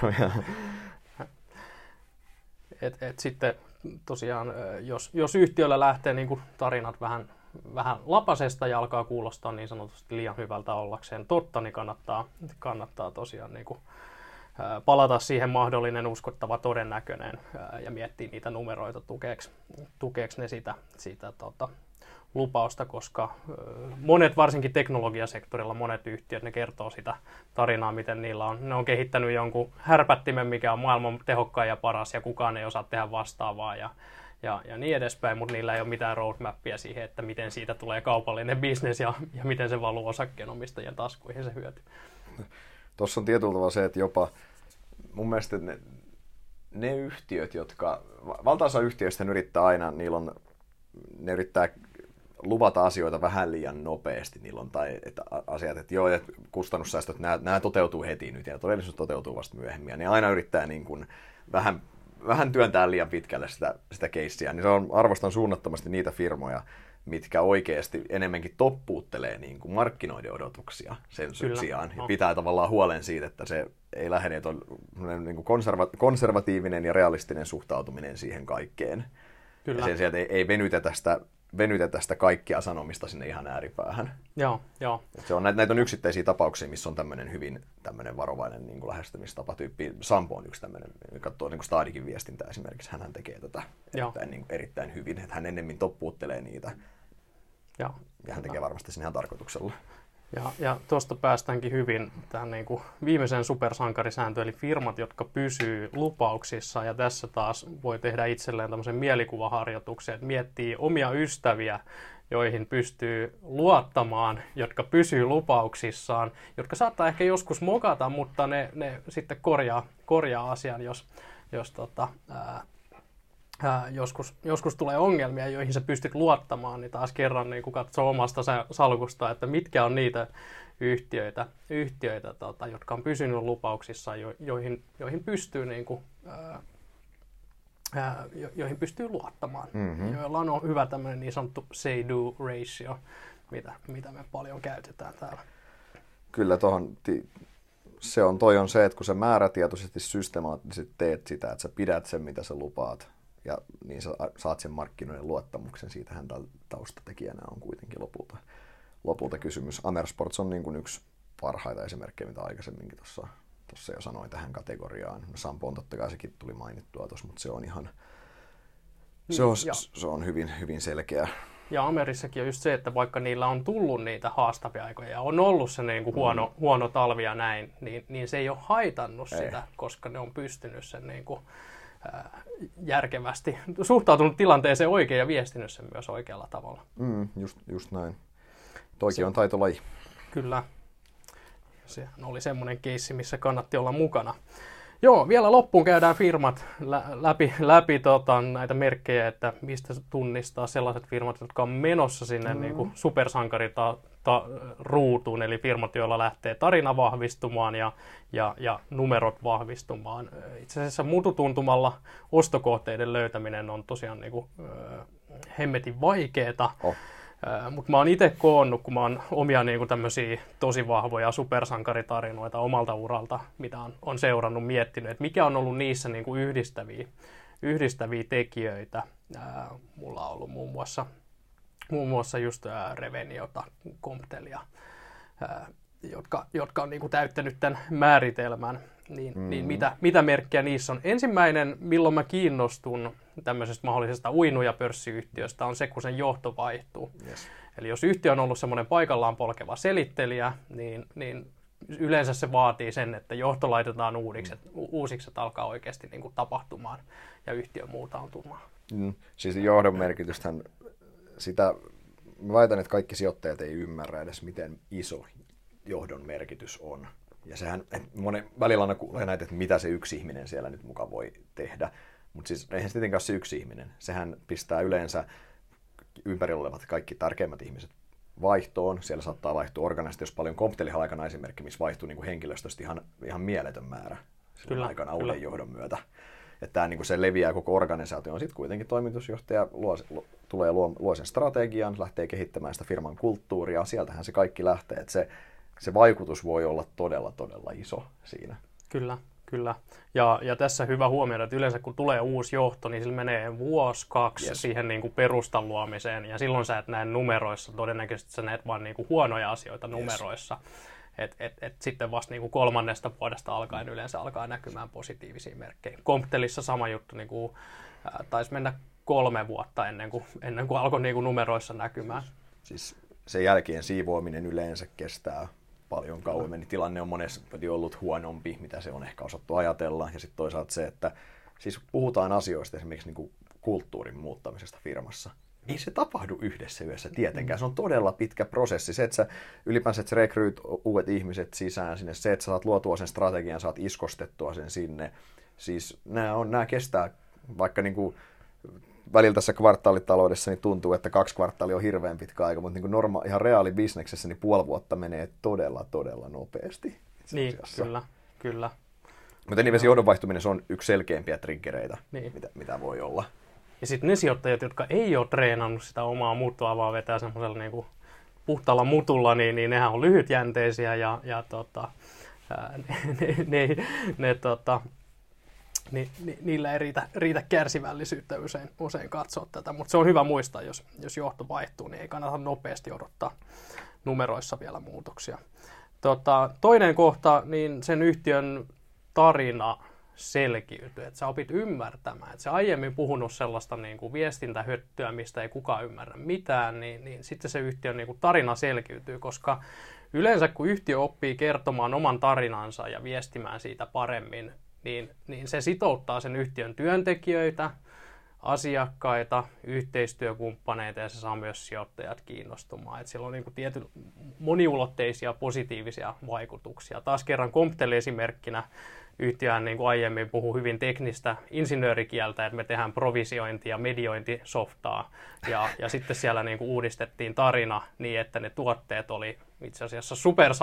Sitten tosiaan, jos yhtiöllä lähtee niin kuin tarinat vähän lapasesta ja alkaa kuulostaa niin sanotusti liian hyvältä ollakseen totta, niin kannattaa tosiaan niin kuin palata siihen mahdollinen, uskottava, todennäköinen ja miettiä niitä numeroita, tukeeks ne sitä lupausta, koska monet, varsinkin teknologiasektorilla, monet yhtiöt, ne kertoo sitä tarinaa, miten ne on kehittänyt jonkun härpättimen, mikä on maailman tehokkain ja paras, ja kukaan ei osaa tehdä vastaavaa, ja niin edespäin, mutta niillä ei ole mitään roadmappia siihen, että miten siitä tulee kaupallinen bisnes, ja miten se valuu osakkeenomistajien taskuihin se hyöty. Tuossa on tietyllä tavalla se, että jopa mun mielestä ne yhtiöt, jotka, valtaosa yhtiöistä yrittää aina, ne yrittää luvata asioita vähän liian nopeasti. Niillä on asiat, että joo, että kustannussäästöt, nämä toteutuu heti nyt ja todellisuus toteutuu vasta myöhemmin. Ja ne aina yrittää niin kuin vähän työntää liian pitkälle sitä keissiä. Niin arvostan suunnattomasti niitä firmoja, mitkä oikeasti enemmänkin toppuuttelee niin kuin markkinoiden odotuksia sen sijaan. Ja pitää tavallaan huolen siitä, että se ei lähde, että on niin kuin konservatiivinen ja realistinen suhtautuminen siihen kaikkeen. Kyllä. Ja sen sijaan, että ei venytetä sitä kaikkia sanomista sinne ihan ääripäähän. Joo. Näitä on yksittäisiä tapauksia, missä on tämmöinen varovainen niin kuin lähestymistapa tyyppi. Sampo on yksi tämmöinen, joka katsoo niin kuin Stadikin viestintää esimerkiksi. Hänhän tekee tätä erittäin hyvin. Että hän ennemmin toppuuttelee niitä. Ja hän tekee varmasti sen ihan tarkoituksella. Ja tuosta päästäänkin hyvin tähän niin kuin viimeiseen supersankarisääntöön, eli firmat, jotka pysyy lupauksissa, ja tässä taas voi tehdä itselleen tämmöisen mielikuvaharjoituksen, että miettii omia ystäviä, joihin pystyy luottamaan, jotka pysyy lupauksissaan, jotka saattaa ehkä joskus mokata, mutta ne sitten korjaa asian, jos joskus tulee ongelmia, joihin sä pystyt luottamaan, niin taas kerran niin kun katsoo omasta salkusta, että mitkä on niitä yhtiöitä jotka on pysynyt lupauksissa, joihin pystyy joihin pystyy luottamaan, joilla on hyvä tämmöinen niin sanottu say-do ratio, mitä me paljon käytetään täällä. Kyllä toi on se, että kun sä määrätietoisesti systemaattisesti teet sitä, että sä pidät sen, mitä sä lupaat, ja niin sä saat sen markkinoiden luottamuksen. Siitähän taustatekijänä on kuitenkin lopulta kysymys. Amersports on niin kuin yksi parhaita esimerkkejä, mitä aikaisemminkin tuossa jo sanoin tähän kategoriaan. Sampo on totta kai, sekin tuli mainittua tuossa, mutta se on ihan se on hyvin, hyvin selkeä. Ja Amerissakin on just se, että vaikka niillä on tullut niitä haastavia aikoja ja on ollut se niin kuin huono talvi ja näin, niin se ei ole haitannut sitä, koska ne on pystynyt sen niin kuin järkevästi suhtautunut tilanteeseen oikein ja viestinyt sen myös oikealla tavalla. Just näin. Toikin on taitolaji. Kyllä. Se oli semmoinen keissi, missä kannatti olla mukana. Joo, vielä loppuun käydään firmat läpi näitä merkkejä, että mistä tunnistaa sellaiset firmat, jotka on menossa sinne niin kuin supersankariruutuun, eli firmat, joilla lähtee tarina vahvistumaan ja numerot vahvistumaan. Itse asiassa mututuntumalla ostokohteiden löytäminen on tosiaan niin kuin, hemmetin vaikeeta. Mutta mä oon itse koonnut, kun mä oon omia niinku tämmöisiä tosi vahvoja supersankaritarinoita omalta uralta, mitä on seurannut, miettinyt, että mikä on ollut niissä niinku yhdistäviä tekijöitä. Mulla on ollut muun muassa just Reveniota, Comptelia jotka on niin kuin täyttänyt tämän määritelmän. Niin mitä merkkiä niissä on? Ensimmäinen, milloin mä kiinnostun tämmöisestä mahdollisesta uinuja-pörssiyhtiöstä, on se, kun sen johto vaihtuu. Yes. Eli jos yhtiö on ollut semmoinen paikallaan polkeva selittelijä, niin yleensä se vaatii sen, että johto laitetaan uusiksi, että alkaa oikeasti niin kuin tapahtumaan ja yhtiö muutautumaan. Siis johdon merkitystähän, sitä mä väitän, että kaikki sijoittajat ei ymmärrä edes, miten iso johdon merkitys on. Ja sehän, välillä aina kuulee näitä, että mitä se yksi ihminen siellä nyt mukaan voi tehdä. Mutta siis eihän se tietenkään ole se yksi ihminen. Sehän pistää yleensä ympärillä olevat kaikki tärkeimmät ihmiset vaihtoon. Siellä saattaa vaihtua organisaatio, jos paljon Comptelihan aikana esimerkki, missä vaihtuu niin kuin henkilöstöstä ihan mieletön määrä silloin aikana uuden johdon myötä. Että tämä niin kuin se leviää koko organisaatioon. Sitten kuitenkin toimitusjohtaja luo sen strategian, lähtee kehittämään sitä firman kulttuuria. Sieltähän se kaikki lähtee. Että se vaikutus voi olla todella, todella iso siinä. Kyllä. Ja tässä hyvä huomioida, että yleensä kun tulee uusi johto, niin sillä menee vuosi, kaksi siihen niin kuin perustan luomiseen. Ja silloin sä et näe numeroissa, todennäköisesti sä näet vaan niin kuin huonoja asioita numeroissa. Et sitten vasta niin kuin 3. vuodesta alkaen yleensä alkaa näkymään positiivisia merkkejä. Comptelissa sama juttu, niin kuin, taisi mennä 3 vuotta ennen kuin alkoi niin kuin numeroissa näkymään. Siis sen jälkeen siivoaminen yleensä kestää paljon kauemmin, niin tilanne on monesti ollut huonompi, mitä se on ehkä osattu ajatella. Ja sitten toisaalta se, että siis puhutaan asioista esimerkiksi niin kuin kulttuurin muuttamisesta firmassa. Ei se tapahdu yhdessä yössä tietenkään. Se on todella pitkä prosessi. Se, että sä ylipäänsä että sä rekryyt uudet ihmiset sisään sinne, se, että sä saat luotua sen strategian, saat iskostettua sen sinne. Siis nämä kestää, vaikka niin kuin välillä tässä kvartaalitaloudessa niin tuntuu, että 2 kvartaalia on hirveän pitkä aika, mutta niin ihan reaalibisneksessä niin puoli vuotta menee todella, todella nopeasti. Niin, kyllä. Mutta niin johdon vaihtuminen se on yksi selkeämpiä triggereitä, mitä voi olla. Ja sitten ne sijoittajat, jotka ei ole treenannut sitä omaa mutua, vaan vetää semmoisella niin kuin puhtaalla mutulla, niin nehän on lyhytjänteisiä ja niillä ei riitä kärsivällisyyttä usein katsoa tätä, mutta se on hyvä muistaa, jos johto vaihtuu, niin ei kannata nopeasti odottaa numeroissa vielä muutoksia. Toinen kohta, niin sen yhtiön tarina selkiytyy, että sä opit ymmärtämään. Että sä aiemmin puhunut sellaista niin kuin viestintähöttöä, mistä ei kukaan ymmärrä mitään, niin sitten se yhtiön niin kuin tarina selkiytyy, koska yleensä kun yhtiö oppii kertomaan oman tarinansa ja viestimään siitä paremmin, niin se sitouttaa sen yhtiön työntekijöitä, asiakkaita, yhteistyökumppaneita ja se saa myös sijoittajat kiinnostumaan. Et sillä on niin moniulotteisia positiivisia vaikutuksia. Taas kerran Comptel-esimerkkinä yhtiöhän niin kuin aiemmin puhui hyvin teknistä insinöörikieltä, että me tehdään provisiointi- ja mediointisoftaa. Ja sitten siellä niin kuin uudistettiin tarina niin, että ne tuotteet oli itse asiassa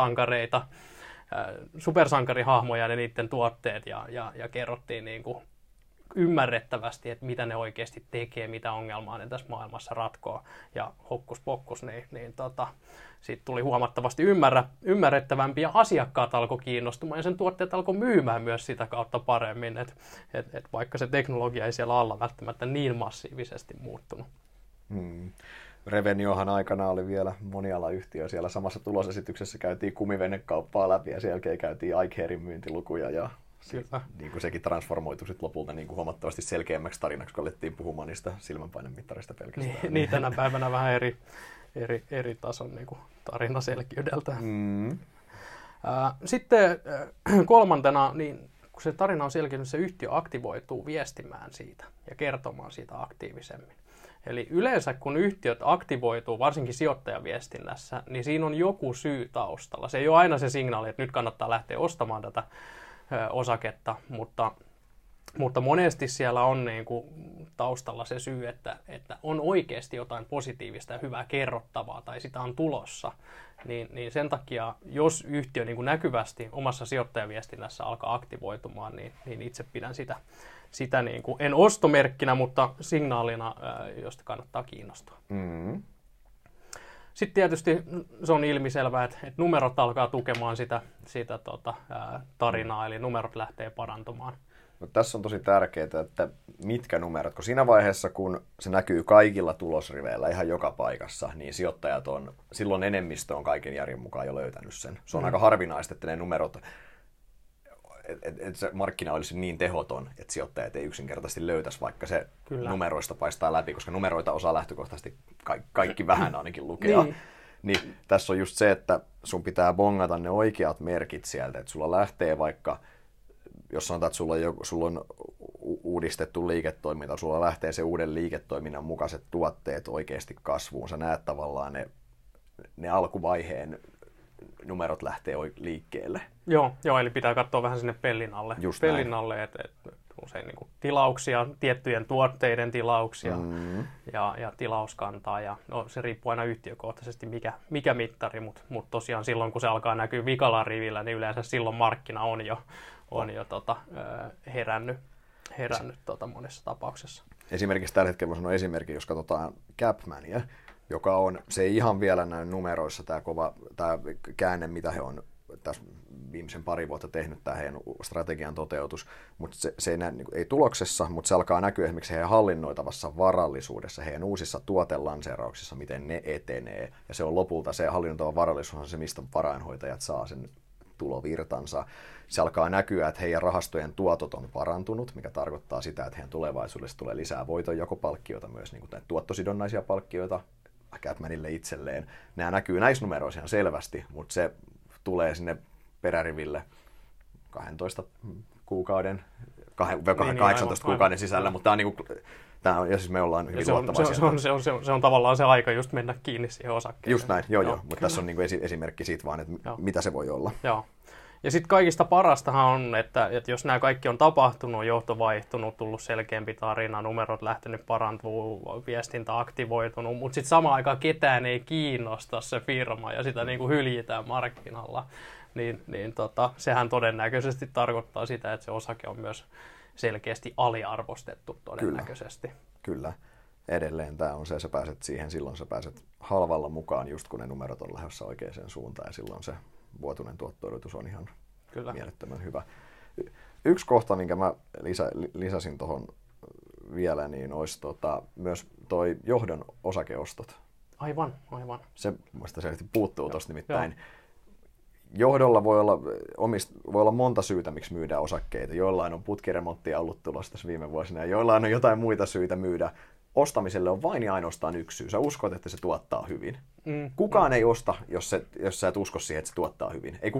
supersankarihahmoja ne niiden tuotteet ja kerrottiin niin kuin ymmärrettävästi, että mitä ne oikeasti tekee, mitä ongelmaa ne tässä maailmassa ratkoo. Ja hokkus pokkus, siitä tuli huomattavasti ymmärrettävämpi ja asiakkaat alkoi kiinnostumaan ja sen tuotteet alkoi myymään myös sitä kautta paremmin, että vaikka se teknologia ei siellä alla välttämättä niin massiivisesti muuttunut. Reveniohan aikana oli vielä monialayhtiö. Siellä samassa tulosesityksessä käytiin kumivenekauppaa läpi ja sen jälkeen käytiin iCarein myyntilukuja ja niin kuin sekin transformoitui sit lopulta niin kuin huomattavasti selkeämmäksi tarinaksi, kun alettiin puhumaan niistä silmänpainemittarista pelkästään. Niin tänä päivänä vähän eri tason niin kuin tarinaselkeydeltä. Sitten kolmantena, niin kun se tarina on selkeä, se yhtiö aktivoituu viestimään siitä ja kertomaan siitä aktiivisemmin. Eli yleensä kun yhtiöt aktivoituu, varsinkin sijoittajaviestinnässä, niin siinä on joku syy taustalla. Se ei ole aina se signaali, että nyt kannattaa lähteä ostamaan tätä osaketta, mutta monesti siellä on niin kuin taustalla se syy, että on oikeasti jotain positiivista ja hyvää kerrottavaa tai sitä on tulossa. Niin sen takia, jos yhtiö niin kuin näkyvästi omassa sijoittajaviestinnässä alkaa aktivoitumaan, niin itse pidän sitä niin kuin, en ostomerkkinä, mutta signaalina, josta kannattaa kiinnostua. Sitten tietysti se on ilmiselvää, että numerot alkaa tukemaan sitä tarinaa, eli numerot lähtee parantumaan. Mutta tässä on tosi tärkeää, että mitkä numerot, kun siinä vaiheessa, kun se näkyy kaikilla tulosriveillä ihan joka paikassa, niin sijoittajat on, silloin enemmistö on kaiken järjen mukaan jo löytänyt sen. Se on aika harvinaista, että ne numerot, että se markkina olisi niin tehoton, että sijoittajat ei yksinkertaisesti löytäisi, vaikka se numeroista paistaa läpi, koska numeroita osaa lähtökohtaisesti kaikki vähän ainakin lukea. Niin tässä on just se, että sun pitää bongata ne oikeat merkit sieltä, että sulla lähtee vaikka, jos sanotaan, että sulla on uudistettu liiketoiminta, sulla lähtee se uuden liiketoiminnan mukaiset tuotteet oikeasti kasvuun. Sä näet tavallaan ne alkuvaiheen numerot lähtee liikkeelle. Joo, eli pitää katsoa vähän sinne pellin alle. Alle, että usein niin kuin tilauksia, tiettyjen tuotteiden tilauksia ja tilauskantaa. Ja no, se riippuu aina yhtiökohtaisesti, mikä mittari, mutta tosiaan silloin, kun se alkaa näkyä vikalla rivillä, niin yleensä silloin markkina on jo herännyt monessa tapauksessa. Esimerkiksi tällä hetkellä voi sanoa esimerkki, jos katsotaan Capmania, joka on, se ei ihan vielä näy numeroissa tämä käänne, mitä he on tässä viimeisen pari vuotta tehnyt, tämä heidän strategian toteutus, mutta se ei näy ei tuloksessa, mutta se alkaa näkyä esimerkiksi heidän hallinnoitavassa varallisuudessa, heidän uusissa tuotelanseerauksissa, miten ne etenee, ja se on lopulta se hallinnoitava varallisuus on se, mistä varainhoitajat saa sen tulovirtansa. Se alkaa näkyä, että heidän rahastojen tuotot on parantunut, mikä tarkoittaa sitä, että heidän tulevaisuudessa tulee lisää voitonjakopalkkioita, myös niin kuin tuottosidonnaisia palkkioita Capmanille itselleen. Nämä näkyy näissä numeroissa ihan selvästi, mutta se tulee sinne peräriville 12 kuukauden, 18 kuukauden sisällä, mutta tämä on, ja siis me ollaan hyvin luottavaisia. Se on tavallaan se aika just mennä kiinni siihen osakkeeseen. Just näin, joo. Mutta tässä on esimerkki siitä vaan, että mitä se voi olla. Joo. Ja sitten kaikista parastahan on, että jos nämä kaikki on tapahtunut, johto vaihtunut, tullut selkeämpi tarina, numerot lähtenyt parantumaan, viestintä aktivoitunut, mutta sitten samaan aikaan ketään ei kiinnosta se firma ja sitä niin kuin hyljitään markkinalla, niin sehän todennäköisesti tarkoittaa sitä, että se osake on myös selkeästi aliarvostettu todennäköisesti. Kyllä. Edelleen tämä on se, sä pääset siihen, silloin sä pääset halvalla mukaan just kun ne numerot on lähdössä oikeaan suuntaan ja silloin se vuotuinen tuotto-odotus on ihan mielettömän hyvä. Yksi kohta, minkä mä lisäsin tuohon vielä, niin olisi myös toi johdon osakeostot. Aivan. Se muista selvästi puuttuu tuosta nimittäin. Johdolla voi olla monta syytä, miksi myydään osakkeita. Joillain on putkiremonttia ollut tulossa tässä viime vuosina ja joillain on jotain muita syitä myydä. Ostamiselle on vain ja ainoastaan yksi syy. Sä uskot, että se tuottaa hyvin. Kukaan ei osta, jos sä et usko siihen, että se tuottaa hyvin. Ei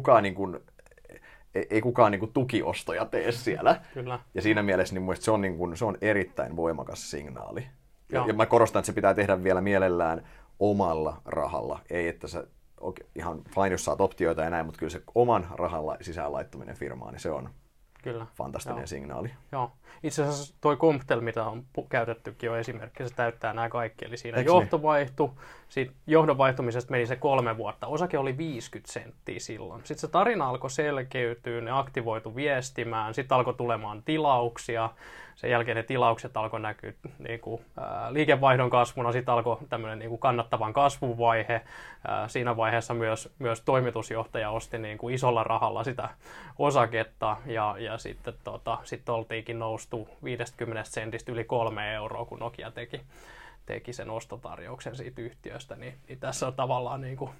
kukaan tukiostoja tee siellä. Kyllä. Ja siinä mielessä niin se on erittäin voimakas signaali. Ja mä korostan, että se pitää tehdä vielä mielellään omalla rahalla. Ei, että sä ihan fine, jos saat optioita ja näin, mutta kyllä se oman rahalla sisään laittaminen firmaan, niin se on fantastinen signaali. Joo. Itse asiassa tuo Comptel, mitä on käytettykin jo esimerkki, se täyttää nämä kaikki. Eli siinä johto vaihtui, siitä johdon vaihtumisesta meni se 3 vuotta. Osake oli 50 senttiä silloin. Sitten se tarina alkoi selkeytyä, ne aktivoitu viestimään, sitten alkoi tulemaan tilauksia. Sen jälkeen ne tilaukset alkoi näkyä liikevaihdon kasvuna, sitten alkoi tämmöinen kannattavan kasvun vaihe. Siinä vaiheessa myös toimitusjohtaja osti isolla rahalla sitä osaketta ja sitten sit oltiinkin noustu 50 sentistä yli 3 euroa, kun Nokia teki sen ostotarjouksen siitä yhtiöstä. Niin tässä on tavallaan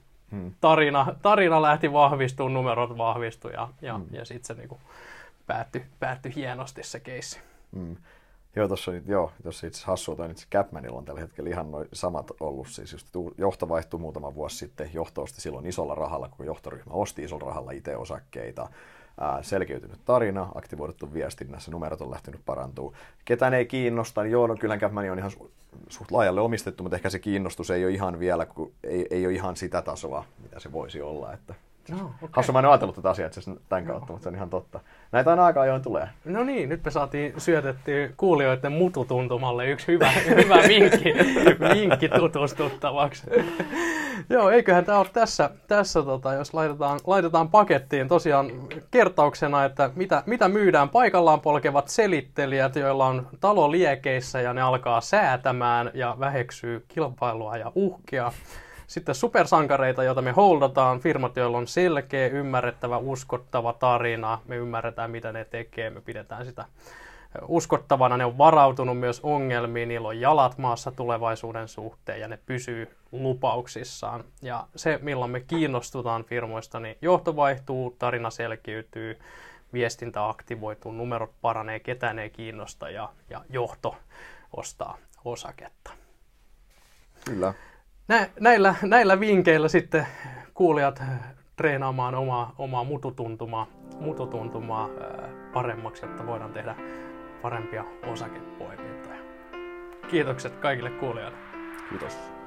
tarina lähti vahvistumaan, numerot vahvistuivat ja sitten se päättyi hienosti se keissi. Tuossa itse asiassa hassua toi, että Capmanilla on tällä hetkellä ihan noin samat ollut. Siis just johto vaihtui muutama vuosi sitten. Johto osti silloin isolla rahalla, kun johtoryhmä osti isolla rahalla itse osakkeita. Selkeytynyt tarina, aktivoiduttu viestinnässä, numerot on lähtenyt parantuu. Ketään ei kiinnosta, niin no kyllä Capmania on ihan suht laajalle omistettu, mutta ehkä se kiinnostus ei ole ihan vielä, ei ole ihan sitä tasoa, mitä se voisi olla. Että Hassu, mä en ajatellut tätä asiaa tämän kautta, mutta se on ihan totta. Näitä aina aika ajoin tulee. No niin, nyt me saatiin syötettyä kuulijoiden mututuntumalle yksi hyvä vinkki tutustuttavaksi. Joo, eiköhän tämä ole tässä jos laitetaan pakettiin tosiaan kertauksena, että mitä myydään paikallaan polkevat selittelijät, joilla on talo liekeissä ja ne alkaa säätämään ja väheksyy kilpailua ja uhkia. Sitten supersankareita, joita me holdataan, firmat, joilla on selkeä, ymmärrettävä, uskottava tarina. Me ymmärretään, mitä ne tekee, me pidetään sitä uskottavana. Ne on varautunut myös ongelmiin, niillä on jalat maassa tulevaisuuden suhteen ja ne pysyy lupauksissaan. Ja se, milloin me kiinnostutaan firmoista, niin johto vaihtuu, tarina selkiytyy, viestintä aktivoituu, numerot paranee, ketään ei kiinnosta ja johto ostaa osaketta. Kyllä. Näillä vinkkeillä sitten kuulijat treenaamaan omaa mututuntumaa paremmaksi, jotta voidaan tehdä parempia osakepoimintoja. Kiitokset kaikille kuulijoille. Kiitos.